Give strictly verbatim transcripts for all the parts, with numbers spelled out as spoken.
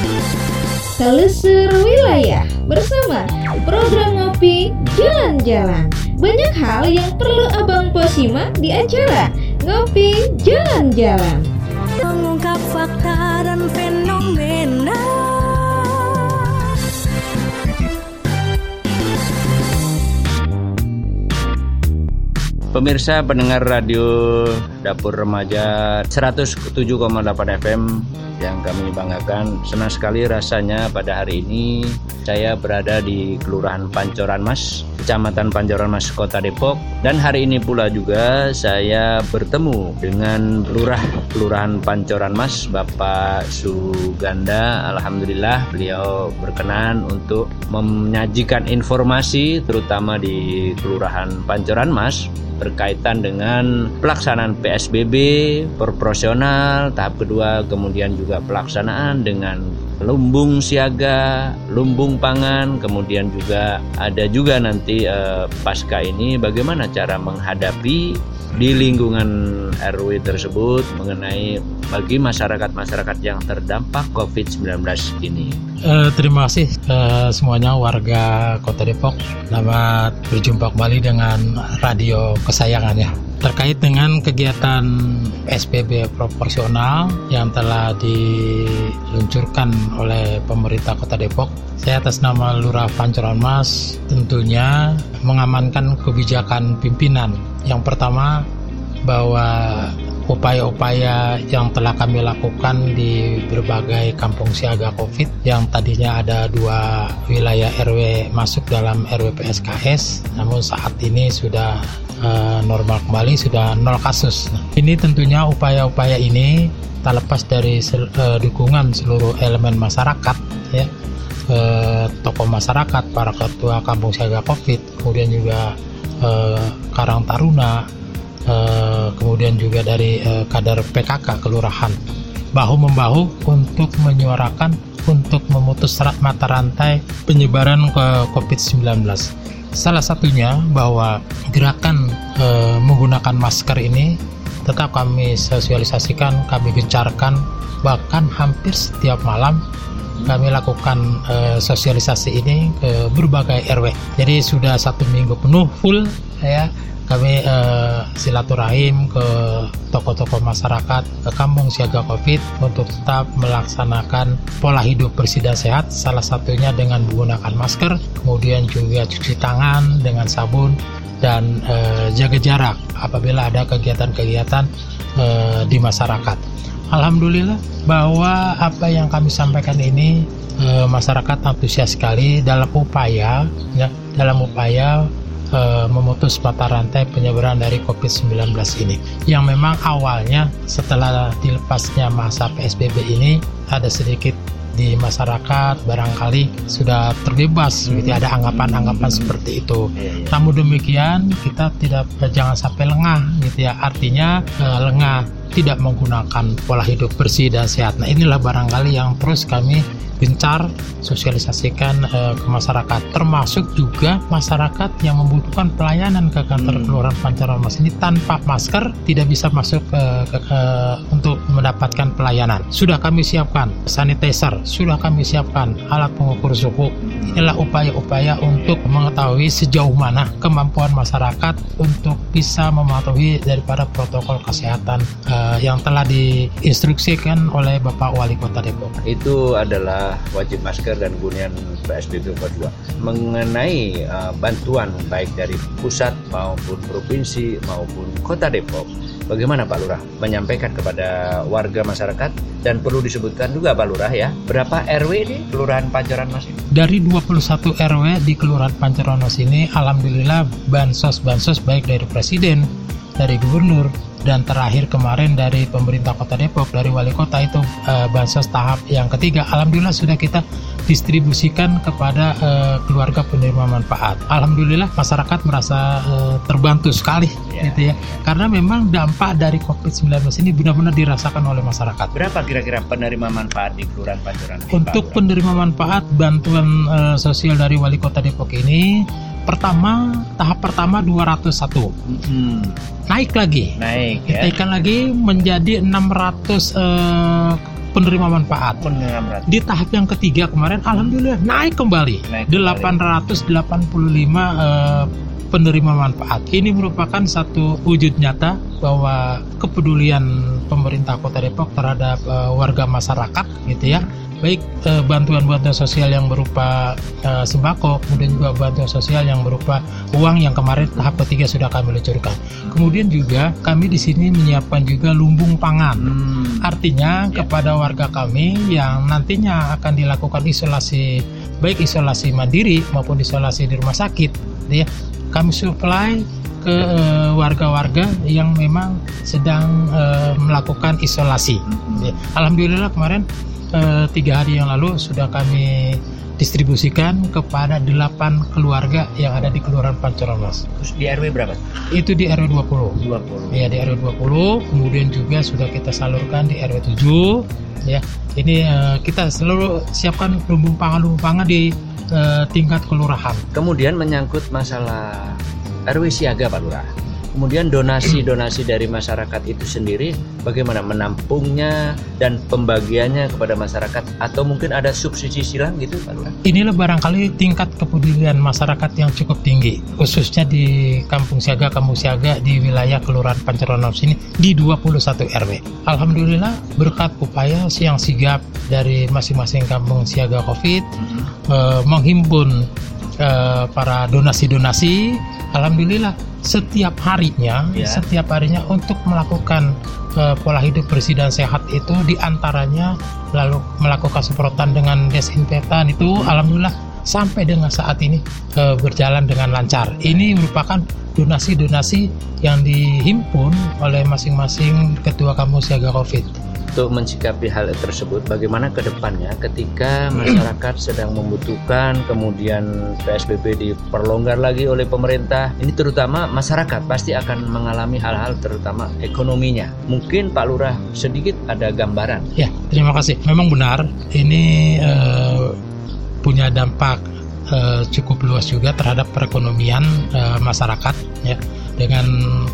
Telusur Wilayah bersama program Ngopi Jalan-Jalan. Banyak hal yang perlu Abang Po simak di acara Ngopi Jalan-Jalan. Mengungkap fakta dan fenomena. Pemirsa pendengar radio Dapur Remaja seratus tujuh koma delapan F M yang kami banggakan, senang sekali rasanya pada hari ini saya berada di Kelurahan Pancoran Mas, Kecamatan Pancoran Mas, Kota Depok. Dan hari ini pula juga saya bertemu dengan Lurah Kelurahan Pancoran Mas, Bapak Suganda. Alhamdulillah beliau berkenan untuk menyajikan informasi terutama di Kelurahan Pancoran Mas berkaitan dengan pelaksanaan P S B B proporsional tahap kedua, kemudian juga pelaksanaan dengan lumbung siaga, lumbung pangan, kemudian juga ada juga nanti eh, pasca ini bagaimana cara menghadapi di lingkungan R W tersebut mengenai bagi masyarakat-masyarakat yang terdampak covid sembilan belas ini. Uh, terima kasih uh, semuanya warga Kota Depok. Selamat berjumpa kembali dengan radio kesayangannya. Terkait dengan kegiatan P S B B proporsional yang telah diluncurkan oleh pemerintah Kota Depok, saya atas nama Lurah Pancoran Mas tentunya mengamankan kebijakan pimpinan. Yang pertama, bahwa upaya-upaya yang telah kami lakukan di berbagai kampung siaga COVID yang tadinya ada dua wilayah R W masuk dalam R W P S K S, namun saat ini sudah uh, normal kembali, sudah nol kasus. Nah, ini tentunya upaya-upaya ini tak lepas dari sel, uh, dukungan seluruh elemen masyarakat, ya, uh, tokoh masyarakat, para ketua kampung siaga COVID, kemudian juga uh, Karang Taruna, Uh, kemudian juga dari uh, kader P K K kelurahan, bahu-membahu untuk menyuarakan untuk memutus mata rantai penyebaran ke covid sembilan belas. Salah satunya bahwa gerakan uh, menggunakan masker ini tetap kami sosialisasikan, kami gencarkan, bahkan hampir setiap malam kami lakukan uh, sosialisasi ini ke berbagai R W. Jadi sudah satu minggu penuh full ya, kami uh, silaturahim ke tokoh-tokoh masyarakat, ke kampung siaga COVID untuk tetap melaksanakan pola hidup bersih dan sehat, salah satunya dengan menggunakan masker, kemudian juga cuci tangan dengan sabun, dan uh, jaga jarak apabila ada kegiatan-kegiatan uh, di masyarakat. Alhamdulillah bahwa apa yang kami sampaikan ini uh, masyarakat antusias sekali dalam upaya ya, dalam upaya memutus mata rantai penyebaran dari covid sembilan belas ini, yang memang awalnya setelah dilepasnya masa P S B B ini ada sedikit di masyarakat barangkali sudah terbebas hmm. gitu, ada anggapan-anggapan hmm. seperti itu. Yeah, yeah. Namun demikian kita tidak jangan sampai lengah gitu ya, artinya uh, lengah tidak menggunakan pola hidup bersih dan sehat. Nah, inilah barangkali yang terus kami gencar sosialisasikan uh, ke masyarakat, termasuk juga masyarakat yang membutuhkan pelayanan ke kantor hmm. Kelurahan Pancoran Mas ini tanpa masker tidak bisa masuk uh, ke, ke, untuk mendapatkan pelayanan. Sudah kami siapkan sanitizer, sudah kami siapkan alat pengukur suhu. Inilah upaya-upaya untuk mengetahui sejauh mana kemampuan masyarakat untuk bisa mematuhi daripada protokol kesehatan uh, yang telah diinstruksikan oleh Bapak Wali Kota Depok. Itu adalah wajib masker dan hunian P S B B kedua. Mengenai uh, bantuan baik dari pusat maupun provinsi maupun Kota Depok, bagaimana Pak Lurah menyampaikan kepada warga masyarakat, dan perlu disebutkan juga Pak Lurah ya, berapa R W di Kelurahan Pancoran Mas? Dari dua puluh satu R W di Kelurahan Pancoran Mas ini alhamdulillah bansos-bansos baik dari Presiden, dari Gubernur, dan terakhir kemarin dari pemerintah Kota Depok, dari wali kota itu uh, bansos tahap yang ketiga, alhamdulillah sudah kita distribusikan kepada uh, keluarga penerima manfaat. Alhamdulillah masyarakat merasa uh, terbantu sekali yeah. gitu ya, karena memang dampak dari covid sembilan belas ini benar-benar dirasakan oleh masyarakat. Berapa kira-kira penerima manfaat di Kelurahan Pancoran? Untuk penerima manfaat bantuan uh, sosial dari wali kota Depok ini, pertama tahap pertama dua ratus satu, hmm. naik lagi, naik ya, naikkan lagi menjadi enam ratus penerima manfaat. Penerima Di tahap yang ketiga kemarin alhamdulillah naik kembali, Naik delapan ratus delapan puluh lima uh, penerima manfaat. Ini merupakan satu wujud nyata bahwa kepedulian pemerintah Kota Depok terhadap uh, warga masyarakat gitu ya. Baik uh, bantuan-bantuan sosial yang berupa uh, sembako, kemudian juga bantuan sosial yang berupa uang yang kemarin tahap ketiga sudah kami luncurkan. Kemudian juga kami di sini menyiapkan juga lumbung pangan. Hmm. Artinya Ya. kepada warga kami yang nantinya akan dilakukan isolasi, baik isolasi mandiri maupun isolasi di rumah sakit, ya, kami supply ke eh, warga-warga yang memang sedang eh, melakukan isolasi. Ya, alhamdulillah kemarin eh, tiga hari yang lalu sudah kami distribusikan kepada delapan keluarga yang ada di Kelurahan Pancoran Mas. Terus di R W berapa? Itu di R W dua puluh. dua puluh. Ya, di R W dua puluh, kemudian juga sudah kita salurkan di R W tujuh, ya. Ini eh, kita selalu siapkan lumbung pangan-lumbung pangan di eh, tingkat kelurahan. Kemudian menyangkut masalah R W siaga Pak Lurah. Kemudian donasi-donasi dari masyarakat itu sendiri bagaimana menampungnya dan pembagiannya kepada masyarakat, atau mungkin ada subsidi silang gitu Pak Lurah? Inilah barangkali tingkat kepedulian masyarakat yang cukup tinggi, khususnya di Kampung Siaga, Kampung Siaga di wilayah Kelurahan Pancoran sini di dua puluh satu R W. Alhamdulillah berkat upaya siang sigap dari masing-masing Kampung Siaga Covid eh, menghimpun eh, para donasi-donasi, alhamdulillah setiap harinya, Ya. setiap harinya untuk melakukan uh, pola hidup bersih dan sehat itu diantaranya lalu melakukan semprotan dengan desinfektan itu alhamdulillah sampai dengan saat ini uh, berjalan dengan lancar. Ini merupakan donasi-donasi yang dihimpun oleh masing-masing ketua Kampung Siaga Covid. Untuk mensikapi hal tersebut, bagaimana ke depannya ketika masyarakat sedang membutuhkan, kemudian P S B B diperlonggar lagi oleh pemerintah, ini terutama masyarakat pasti akan mengalami hal-hal terutama ekonominya. Mungkin Pak Lurah sedikit ada gambaran. Ya, terima kasih. Memang benar, ini uh, punya dampak uh, cukup luas juga terhadap perekonomian uh, masyarakat ya dengan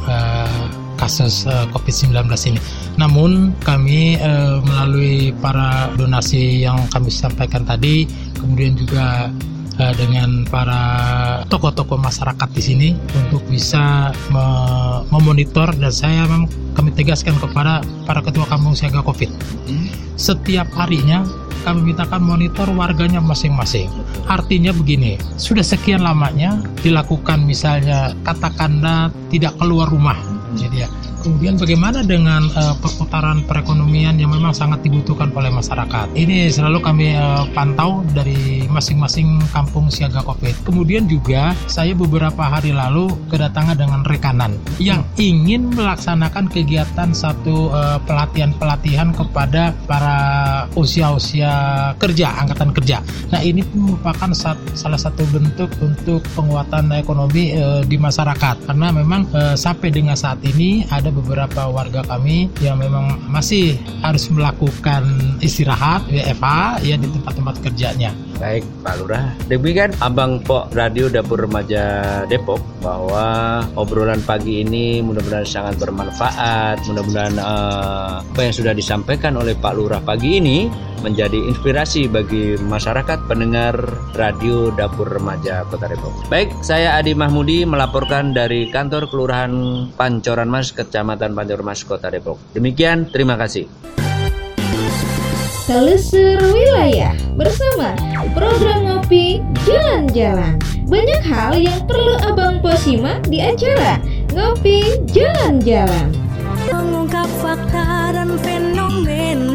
uh, kasus uh, covid sembilan belas ini. Namun kami uh, melalui para donasi yang kami sampaikan tadi, kemudian juga uh, dengan para tokoh-tokoh masyarakat di sini untuk bisa me- memonitor, dan saya memang kami tegaskan kepada para ketua Kampung Siaga Covid. Setiap harinya kami mintakan monitor warganya masing-masing. Artinya begini, sudah sekian lamanya dilakukan misalnya katakanlah tidak keluar rumah. Jadi ya, kemudian bagaimana dengan uh, perputaran perekonomian yang memang sangat dibutuhkan oleh masyarakat. Ini selalu kami uh, pantau dari masing-masing Kampung Siaga Covid. Kemudian juga saya beberapa hari lalu kedatangan dengan rekanan yang ingin melaksanakan kegiatan satu uh, pelatihan-pelatihan kepada para usia-usia kerja, angkatan kerja. Nah, ini merupakan sat, salah satu bentuk untuk penguatan ekonomi uh, di masyarakat, karena memang uh, sampai dengan saat ini ada beberapa warga kami yang memang masih harus melakukan istirahat W F H ya di tempat-tempat kerjanya. Baik Pak Lurah, demikian Abang Pok Radio Dapur Remaja Depok, bahwa obrolan pagi ini mudah-mudahan sangat bermanfaat. Mudah-mudahan uh, apa yang sudah disampaikan oleh Pak Lurah pagi ini menjadi inspirasi bagi masyarakat pendengar Radio Dapur Remaja Kota Depok. Baik, saya Adi Mahmudi melaporkan dari kantor Kelurahan Pancoran Mas, Kecamatan Pancoran Mas, Kota Depok. Demikian, terima kasih. Telusur Wilayah bersama program Ngopi Jalan-Jalan. Banyak hal yang perlu Abang Po simak di acara Ngopi Jalan-Jalan. Mengungkap fakta dan fenomena